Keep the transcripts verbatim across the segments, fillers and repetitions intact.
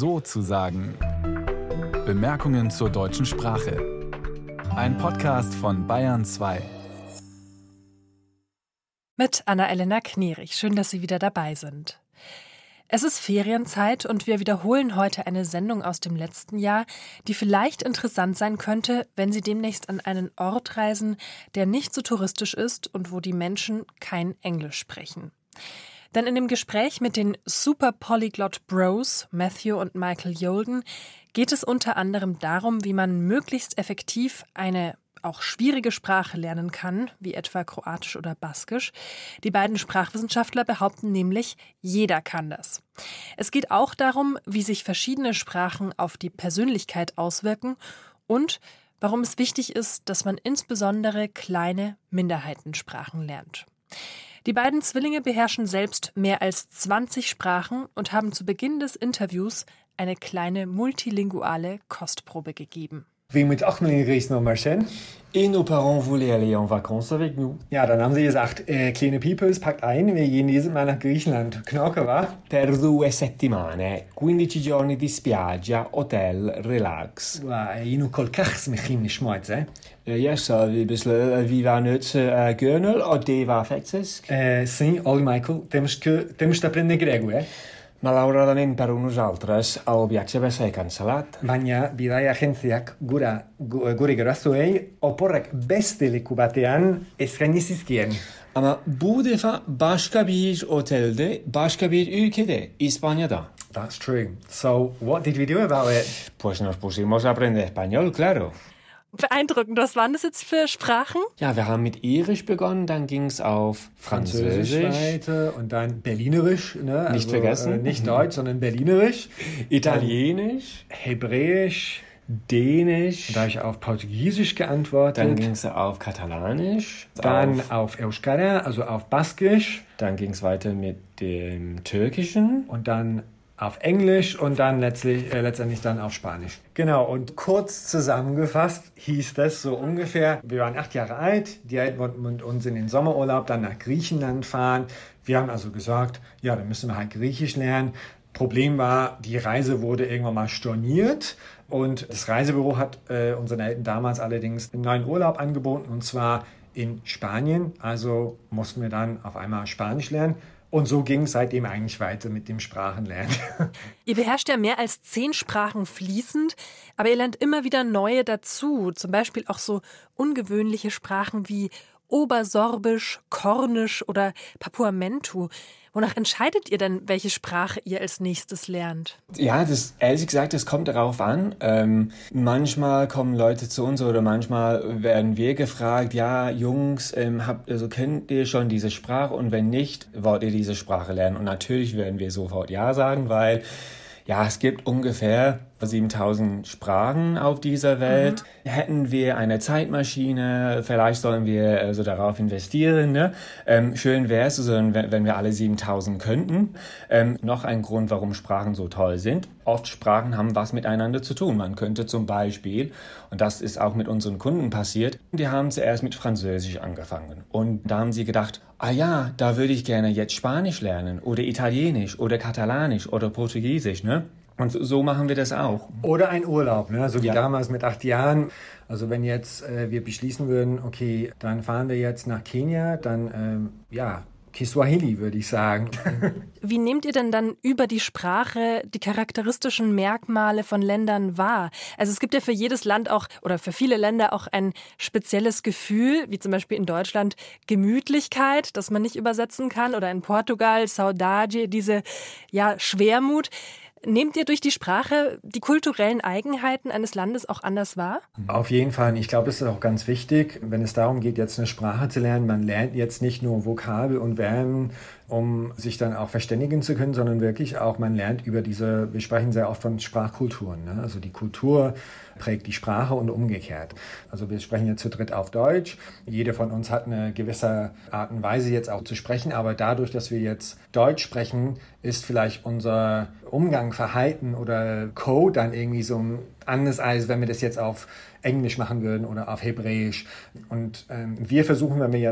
so zu sagen. Bemerkungen zur deutschen Sprache. Ein Podcast von Bayern zwei. Mit Anna-Elena Knerich. Schön, dass Sie wieder dabei sind. Es ist Ferienzeit und wir wiederholen heute eine Sendung aus dem letzten Jahr, die vielleicht interessant sein könnte, wenn Sie demnächst an einen Ort reisen, der nicht so touristisch ist und wo die Menschen kein Englisch sprechen. Denn in dem Gespräch mit den Super Polyglot Bros, Matthew und Michael Yolden, geht es unter anderem darum, wie man möglichst effektiv eine auch schwierige Sprache lernen kann, wie etwa Kroatisch oder Baskisch. Die beiden Sprachwissenschaftler behaupten nämlich, jeder kann das. Es geht auch darum, wie sich verschiedene Sprachen auf die Persönlichkeit auswirken und warum es wichtig ist, dass man insbesondere kleine Minderheitensprachen lernt. Die beiden Zwillinge beherrschen selbst mehr als zwanzig Sprachen und haben zu Beginn des Interviews eine kleine multilinguale Kostprobe gegeben. Wie moet acht meneer Ries noch mal schön? Et nos parents voulaient aller en vacances avec nous. Ja, dann haben sie gesagt, äh, kleine Peoples, packt ein, wir gehen dieses Mal nach Griechenland. Knorke, wa? Per due settimane, quindici giorni di spiaggia, hotel, relax. Wa, ino kol kachs mechim schmeiz, eh? Uh, yes, uh, vi besluit vi var nødt til at gøre noget, og det var faktisk... Eh, sim, olha, Michael, temos que, temos de aprender grego, eh? Malauradament per a nosaltres, el viatge va ser cancel·lat. Baina, bidai agentziak gura, gu- gure gurasoei oporrak beste leku batean eskaini zizkien. Ama bu defa başka bir otelde, başka bir ülkede, İspanya'da. That's true. So, what did we do about it? Pues nos pusimos a aprender español, claro. Beeindruckend. Was waren das jetzt für Sprachen? Ja, wir haben mit Irisch begonnen, dann ging's auf Französisch. weiter und dann Berlinerisch, ne? Nicht vergessen. Äh, nicht Deutsch, sondern Berlinerisch. Italienisch. Hebräisch. Dänisch. Da habe ich auf Portugiesisch geantwortet. Dann ging's auf Katalanisch. Dann auf, auf Euskara, also auf Baskisch. Dann ging's weiter mit dem Türkischen. Und dann auf Englisch und dann letztlich, äh, letztendlich dann auf Spanisch. Genau, und kurz zusammengefasst hieß das so ungefähr, wir waren acht Jahre alt, die Eltern wollten mit uns in den Sommerurlaub dann nach Griechenland fahren. Wir haben also gesagt, ja, dann müssen wir halt Griechisch lernen. Problem war, die Reise wurde irgendwann mal storniert und das Reisebüro hat äh, unseren Eltern damals allerdings einen neuen Urlaub angeboten und zwar in Spanien. Also mussten wir dann auf einmal Spanisch lernen. Und so ging es seitdem eigentlich weiter mit dem Sprachenlernen. Ihr beherrscht ja mehr als zehn Sprachen fließend, aber ihr lernt immer wieder neue dazu. Zum Beispiel auch so ungewöhnliche Sprachen wie Obersorbisch, Kornisch oder Papuamentu. Wonach entscheidet ihr denn, welche Sprache ihr als nächstes lernt? Ja, das, ehrlich gesagt, das kommt darauf an. Ähm, manchmal kommen Leute zu uns oder manchmal werden wir gefragt, ja, Jungs, ähm, habt, also kennt ihr schon diese Sprache und wenn nicht, wollt ihr diese Sprache lernen? Und natürlich werden wir sofort ja sagen, weil ja, es gibt ungefähr siebentausend Sprachen auf dieser Welt. Mhm. Hätten wir eine Zeitmaschine, vielleicht sollen wir also darauf investieren. Ne? Ähm, schön wäre es, also, wenn, wenn wir alle siebentausend könnten. Ähm, noch ein Grund, warum Sprachen so toll sind. Oft Sprachen haben was miteinander zu tun. Man könnte zum Beispiel, und das ist auch mit unseren Kunden passiert, die haben zuerst mit Französisch angefangen. Und da haben sie gedacht, ah ja, da würde ich gerne jetzt Spanisch lernen oder Italienisch oder Katalanisch oder Portugiesisch, ne? Und so machen wir das auch. Oder ein Urlaub, ne? So wie Ja. damals mit acht Jahren. Also wenn jetzt äh, wir beschließen würden, okay, dann fahren wir jetzt nach Kenia, dann, ähm, ja, Kiswahili, würde ich sagen. Wie nehmt ihr denn dann über die Sprache die charakteristischen Merkmale von Ländern wahr? Also es gibt ja für jedes Land auch oder für viele Länder auch ein spezielles Gefühl, wie zum Beispiel in Deutschland Gemütlichkeit, das man nicht übersetzen kann, oder in Portugal Saudade, diese ja Schwermut. Nehmt ihr durch die Sprache die kulturellen Eigenheiten eines Landes auch anders wahr? Auf jeden Fall. Ich glaube, das ist auch ganz wichtig, wenn es darum geht, jetzt eine Sprache zu lernen. Man lernt jetzt nicht nur Vokabel und Verben, um sich dann auch verständigen zu können, sondern wirklich auch, man lernt über diese, wir sprechen sehr oft von Sprachkulturen, ne? Also die Kultur prägt die Sprache und umgekehrt. Also wir sprechen jetzt zu dritt auf Deutsch. Jeder von uns hat eine gewisse Art und Weise jetzt auch zu sprechen, aber dadurch, dass wir jetzt Deutsch sprechen, ist vielleicht unser Umgang, Verhalten oder Code dann irgendwie so anders, als wenn wir das jetzt auf Englisch machen würden oder auf Hebräisch. Und ähm, wir versuchen, wenn wir jetzt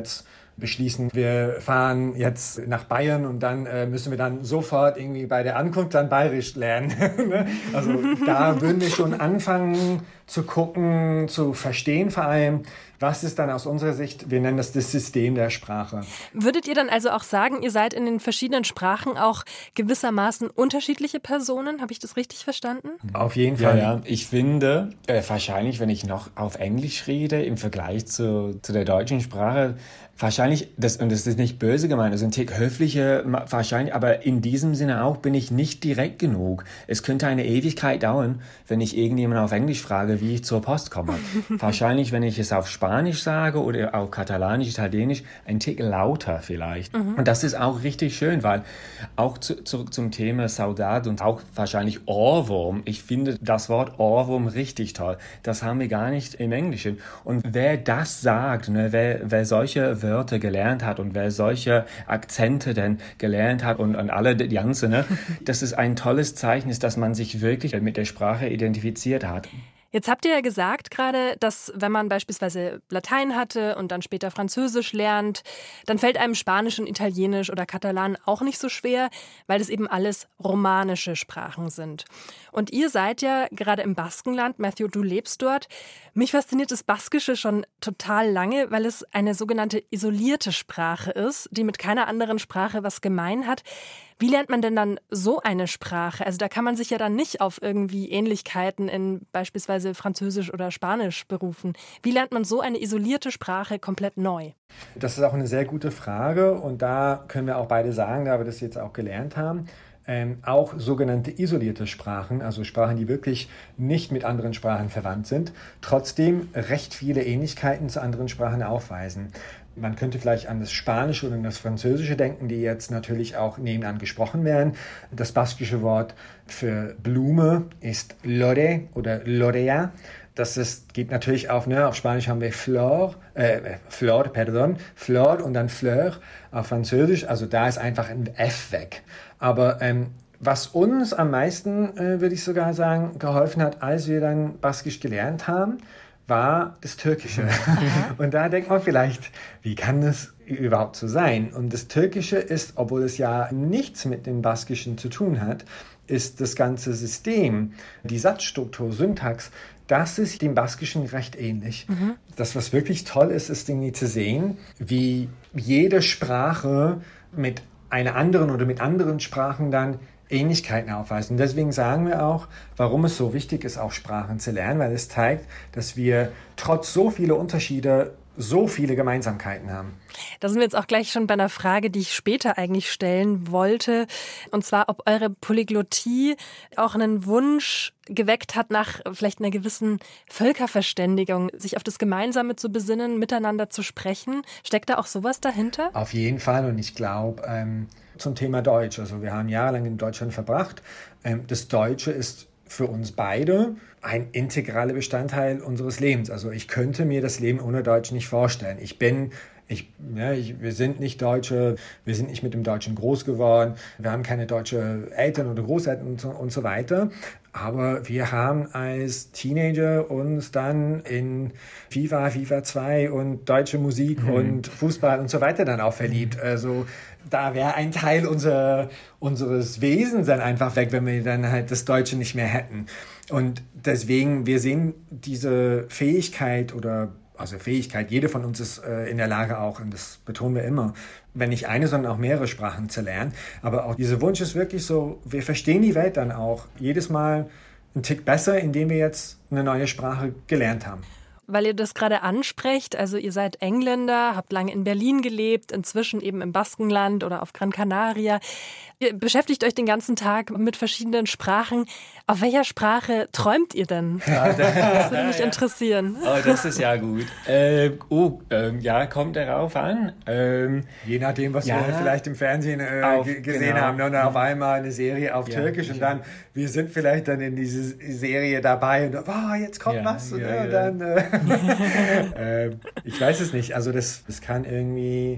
beschließen, wir fahren jetzt nach Bayern und dann äh, müssen wir dann sofort irgendwie bei der Ankunft dann Bayerisch lernen. Also da würden wir schon anfangen zu gucken, zu verstehen vor allem, was ist dann aus unserer Sicht, wir nennen das das System der Sprache. Würdet ihr dann also auch sagen, ihr seid in den verschiedenen Sprachen auch gewissermaßen unterschiedliche Personen? Habe ich das richtig verstanden? Auf jeden Fall. Ja, ja. Ich finde, äh, wahrscheinlich, wenn ich noch auf Englisch rede, im Vergleich zu, zu der deutschen Sprache, wahrscheinlich, das, und das ist nicht böse gemeint, das ist ein Tick höflicher, wahrscheinlich, aber in diesem Sinne auch bin ich nicht direkt genug. Es könnte eine Ewigkeit dauern, wenn ich irgendjemanden auf Englisch frage, wie ich zur Post komme. Wahrscheinlich, wenn ich es auf Spanisch sage oder auf Katalanisch, Italienisch, ein Tick lauter vielleicht. Mhm. Und das ist auch richtig schön, weil auch zu, zu, zum Thema Saudade und auch wahrscheinlich Ohrwurm, ich finde das Wort Ohrwurm richtig toll. Das haben wir gar nicht im Englischen. Und wer das sagt, ne, wer, wer solche Wörter gelernt hat und wer solche Akzente denn gelernt hat und, und alle die ganze, ne, das ist ein tolles Zeichen, ist, dass man sich wirklich mit der Sprache identifiziert hat. Jetzt habt ihr ja gesagt gerade, dass wenn man beispielsweise Latein hatte und dann später Französisch lernt, dann fällt einem Spanisch und Italienisch oder Katalan auch nicht so schwer, weil das eben alles romanische Sprachen sind. Und ihr seid ja gerade im Baskenland, Matthew, du lebst dort. Mich fasziniert das Baskische schon total lange, weil es eine sogenannte isolierte Sprache ist, die mit keiner anderen Sprache was gemein hat. Wie lernt man denn dann so eine Sprache? Also da kann man sich ja dann nicht auf irgendwie Ähnlichkeiten in beispielsweise Französisch oder Spanisch berufen. Wie lernt man so eine isolierte Sprache komplett neu? Das ist auch eine sehr gute Frage und da können wir auch beide sagen, da wir das jetzt auch gelernt haben, ähm, auch sogenannte isolierte Sprachen, also Sprachen, die wirklich nicht mit anderen Sprachen verwandt sind, trotzdem recht viele Ähnlichkeiten zu anderen Sprachen aufweisen. Man könnte vielleicht an das Spanische oder an das Französische denken, die jetzt natürlich auch nebenan gesprochen werden. Das baskische Wort für Blume ist Lore oder Lorea. Das ist, geht natürlich auf, ne, auf Spanisch haben wir Flor, äh, Flor, pardon, Flor und dann Fleur auf Französisch. Also da ist einfach ein F weg. Aber ähm, was uns am meisten, äh, würde ich sogar sagen, geholfen hat, als wir dann Baskisch gelernt haben, war das Türkische. Und da denkt man vielleicht, wie kann das überhaupt so sein? Und das Türkische ist, obwohl es ja nichts mit dem Baskischen zu tun hat, ist das ganze System, die Satzstruktur, Syntax, das ist dem Baskischen recht ähnlich. Mhm. Das, was wirklich toll ist, ist irgendwie zu sehen, wie jede Sprache mit einer anderen oder mit anderen Sprachen dann Ähnlichkeiten aufweisen. Deswegen sagen wir auch, warum es so wichtig ist, auch Sprachen zu lernen, weil es zeigt, dass wir trotz so vieler Unterschiede so viele Gemeinsamkeiten haben. Da sind wir jetzt auch gleich schon bei einer Frage, die ich später eigentlich stellen wollte. Und zwar, ob eure Polyglottie auch einen Wunsch geweckt hat nach vielleicht einer gewissen Völkerverständigung, sich auf das Gemeinsame zu besinnen, miteinander zu sprechen. Steckt da auch sowas dahinter? Auf jeden Fall. Und ich glaube, ähm, zum Thema Deutsch. Also wir haben jahrelang in Deutschland verbracht. Ähm, das Deutsche ist für uns beide ein integraler Bestandteil unseres Lebens. Also ich könnte mir das Leben ohne Deutsch nicht vorstellen. Ich bin, ich, ja, ich, wir sind nicht Deutsche, wir sind nicht mit dem Deutschen groß geworden, wir haben keine deutsche Eltern oder Großeltern und so, und so weiter. Aber wir haben als Teenager uns dann in FIFA, FIFA zwei und deutsche Musik mhm. und Fußball und so weiter dann auch verliebt. Also da wäre ein Teil unser, unseres Wesens dann einfach weg, wenn wir dann halt das Deutsche nicht mehr hätten. Und deswegen, wir sehen diese Fähigkeit oder also Fähigkeit, jede von uns ist äh, in der Lage auch, und das betonen wir immer, wenn nicht eine, sondern auch mehrere Sprachen zu lernen. Aber auch dieser Wunsch ist wirklich so, wir verstehen die Welt dann auch jedes Mal einen Tick besser, indem wir jetzt eine neue Sprache gelernt haben. Weil ihr das gerade ansprecht, also ihr seid Engländer, habt lange in Berlin gelebt, inzwischen eben im Baskenland oder auf Gran Canaria. Ihr beschäftigt euch den ganzen Tag mit verschiedenen Sprachen. Auf welcher Sprache träumt ihr denn? Ja, das würde mich interessieren. Oh, das ist ja gut. Äh, oh, ähm, ja, kommt darauf an. Ähm, Je nachdem, was ja, wir vielleicht im Fernsehen äh, auf, g- gesehen genau. haben. Ne? Und dann auf einmal eine Serie auf ja, Türkisch und dann, wir sind vielleicht dann in diese Serie dabei und oh, jetzt kommt ja, was. Und, ja, und dann, äh, äh, ich weiß es nicht. Also das, das kann irgendwie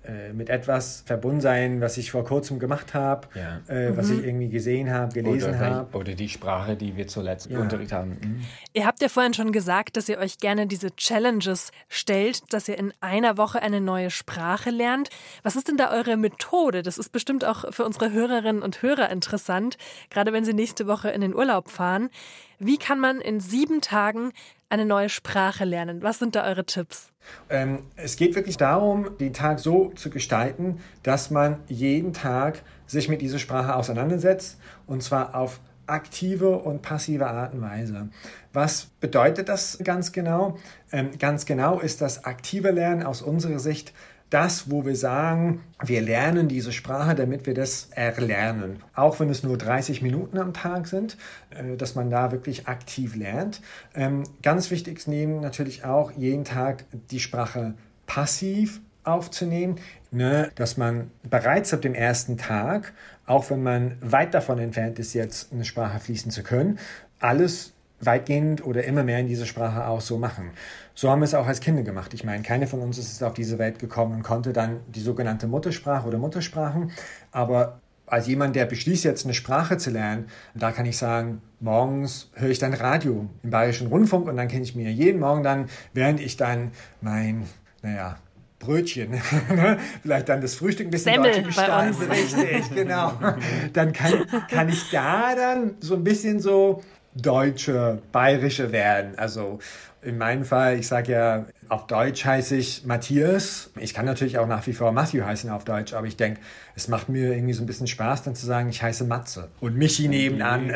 äh, mit etwas verbunden sein, was ich vor kurzem gemacht habe, ja. äh, mhm. was ich irgendwie gesehen habe, gelesen habe. Oder die Sprache, die wir zuletzt ja. Unterricht haben. Mhm. Ihr habt ja vorhin schon gesagt, dass ihr euch gerne diese Challenges stellt, dass ihr in einer Woche eine neue Sprache lernt. Was ist denn da eure Methode? Das ist bestimmt auch für unsere Hörerinnen und Hörer interessant, gerade wenn sie nächste Woche in den Urlaub fahren. Wie kann man in sieben Tagen eine neue Sprache lernen? Was sind da eure Tipps? Ähm, es geht wirklich darum, den Tag so zu gestalten, dass man jeden Tag sich mit dieser Sprache auseinandersetzt, und zwar auf aktive und passive Art und Weise. Was bedeutet das ganz genau? Ähm, ganz genau ist das aktive Lernen aus unserer Sicht das, wo wir sagen, wir lernen diese Sprache, damit wir das erlernen. Auch wenn es nur dreißig Minuten am Tag sind, äh, dass man da wirklich aktiv lernt. Ähm, ganz wichtig ist neben natürlich auch, jeden Tag die Sprache passiv aufzunehmen, ne, dass man bereits ab dem ersten Tag, auch wenn man weit davon entfernt ist, jetzt eine Sprache fließen zu können, alles weitgehend oder immer mehr in dieser Sprache auch so machen. So haben wir es auch als Kinder gemacht. Ich meine, keiner von uns ist auf diese Welt gekommen und konnte dann die sogenannte Muttersprache oder Muttersprachen. Aber als jemand, der beschließt, jetzt eine Sprache zu lernen, da kann ich sagen, morgens höre ich dann Radio im Bayerischen Rundfunk und dann kann ich mir jeden Morgen dann, während ich dann mein, naja, Brötchen, vielleicht dann das Frühstück ein bisschen Semmel deutscher gestalten. bei uns. Richtig, genau. Dann kann, kann ich da dann so ein bisschen so deutsche, bayerische werden. Also in meinem Fall, ich sage ja, auf Deutsch heiße ich Matthias. Ich kann natürlich auch nach wie vor Matthew heißen auf Deutsch, aber ich denke, es macht mir irgendwie so ein bisschen Spaß, dann zu sagen, ich heiße Matze. Und Michi nebenan.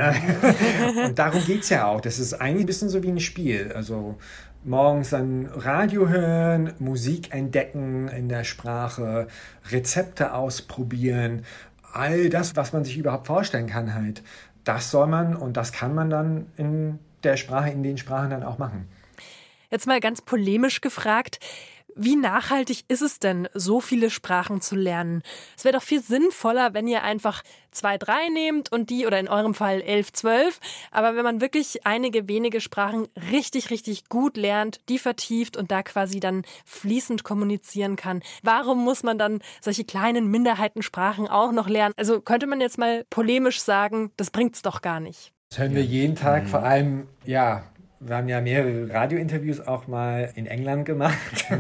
Und darum geht's ja auch. Das ist eigentlich ein bisschen so wie ein Spiel. Also morgens dann Radio hören, Musik entdecken in der Sprache, Rezepte ausprobieren, all das, was man sich überhaupt vorstellen kann halt. Das soll man und das kann man dann in der Sprache, in den Sprachen dann auch machen. Jetzt mal ganz polemisch gefragt, wie nachhaltig ist es denn, so viele Sprachen zu lernen? Es wäre doch viel sinnvoller, wenn ihr einfach zwei, drei nehmt und die, oder in eurem Fall elf, zwölf, aber wenn man wirklich einige wenige Sprachen richtig, richtig gut lernt, die vertieft und da quasi dann fließend kommunizieren kann. Warum muss man dann solche kleinen Minderheitensprachen auch noch lernen? Also könnte man jetzt mal polemisch sagen, das bringt's doch gar nicht. Das hören wir jeden Tag, mhm. vor allem, ja, wir haben ja mehrere Radiointerviews auch mal in England gemacht.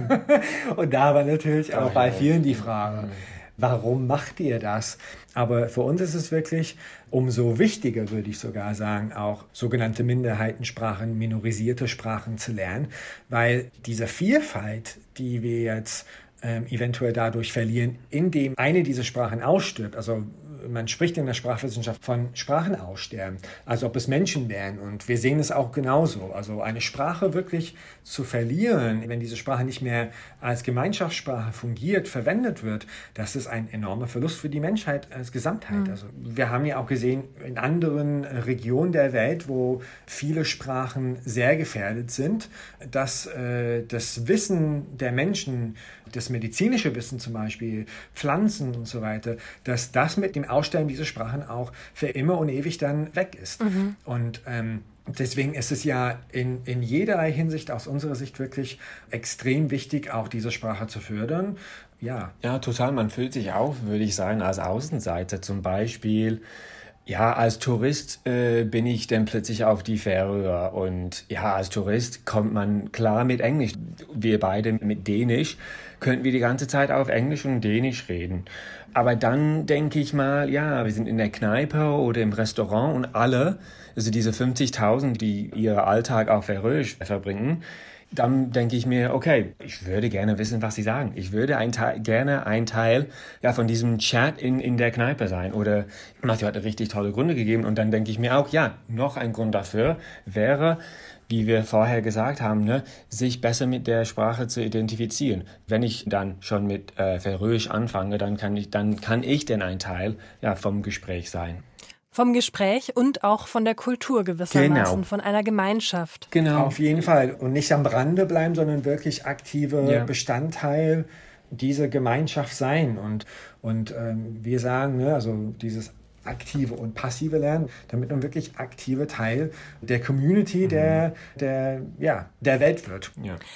Und da war natürlich auch bei vielen die Frage, warum macht ihr das? Aber für uns ist es wirklich umso wichtiger, würde ich sogar sagen, auch sogenannte Minderheitensprachen, minorisierte Sprachen zu lernen, weil diese Vielfalt, die wir jetzt ähm, eventuell dadurch verlieren, indem eine dieser Sprachen ausstirbt, also man spricht in der Sprachwissenschaft von Sprachenaussterben, also ob es Menschen wären. Und wir sehen es auch genauso. Also eine Sprache wirklich zu verlieren, wenn diese Sprache nicht mehr als Gemeinschaftssprache fungiert, verwendet wird, das ist ein enormer Verlust für die Menschheit als Gesamtheit. Mhm. Also wir haben ja auch gesehen, in anderen Regionen der Welt, wo viele Sprachen sehr gefährdet sind, dass äh, das Wissen der Menschen, das medizinische Wissen zum Beispiel, Pflanzen und so weiter, dass das mit dem Aussterben dieser Sprachen auch für immer und ewig dann weg ist. Mhm. Und ähm, deswegen ist es ja in, in jederlei Hinsicht aus unserer Sicht wirklich extrem wichtig, auch diese Sprache zu fördern. Ja, ja, total. Man fühlt sich auch, würde ich sagen, als Außenseiter zum Beispiel. Ja, als Tourist äh, bin ich dann plötzlich auf die Färöer und ja, als Tourist kommt man klar mit Englisch. Wir beide mit Dänisch könnten wir die ganze Zeit auf Englisch und Dänisch reden. Aber dann denke ich mal, ja, wir sind in der Kneipe oder im Restaurant und alle, also diese fünfzigtausend, die ihren Alltag auf Färöisch verbringen, dann denke ich mir, okay, ich würde gerne wissen, was Sie sagen. Ich würde ein Teil, gerne ein Teil ja, von diesem Chat in, in der Kneipe sein. Oder Matthew hat richtig tolle Gründe gegeben. Und dann denke ich mir auch, ja, noch ein Grund dafür wäre, wie wir vorher gesagt haben, ne, sich besser mit der Sprache zu identifizieren. Wenn ich dann schon mit äh, Färöisch anfange, dann kann ich, dann kann ich denn ein Teil ja, vom Gespräch sein. Vom Gespräch und auch von der Kultur gewissermaßen, genau. von einer Gemeinschaft. Genau. Auf jeden Fall. Und nicht am Rande bleiben, sondern wirklich aktive ja. Bestandteil dieser Gemeinschaft sein. Und, und ähm, wir sagen, ne, also dieses aktive und passive Lernen, damit man wirklich aktive Teil der Community, mhm. der, der, ja, der Welt wird. Ja.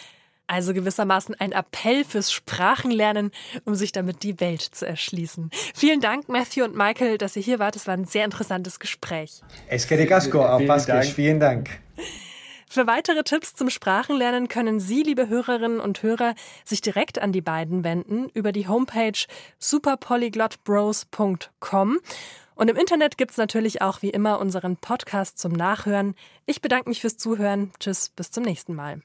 Also gewissermaßen ein Appell fürs Sprachenlernen, um sich damit die Welt zu erschließen. Vielen Dank, Matthew und Michael, dass ihr hier wart. Es war ein sehr interessantes Gespräch. Es que ricasco, auf Baskisch. Vielen Dank. Für weitere Tipps zum Sprachenlernen können Sie, liebe Hörerinnen und Hörer, sich direkt an die beiden wenden über die Homepage super polyglot bros punkt com. Und im Internet gibt's natürlich auch wie immer unseren Podcast zum Nachhören. Ich bedanke mich fürs Zuhören. Tschüss, bis zum nächsten Mal.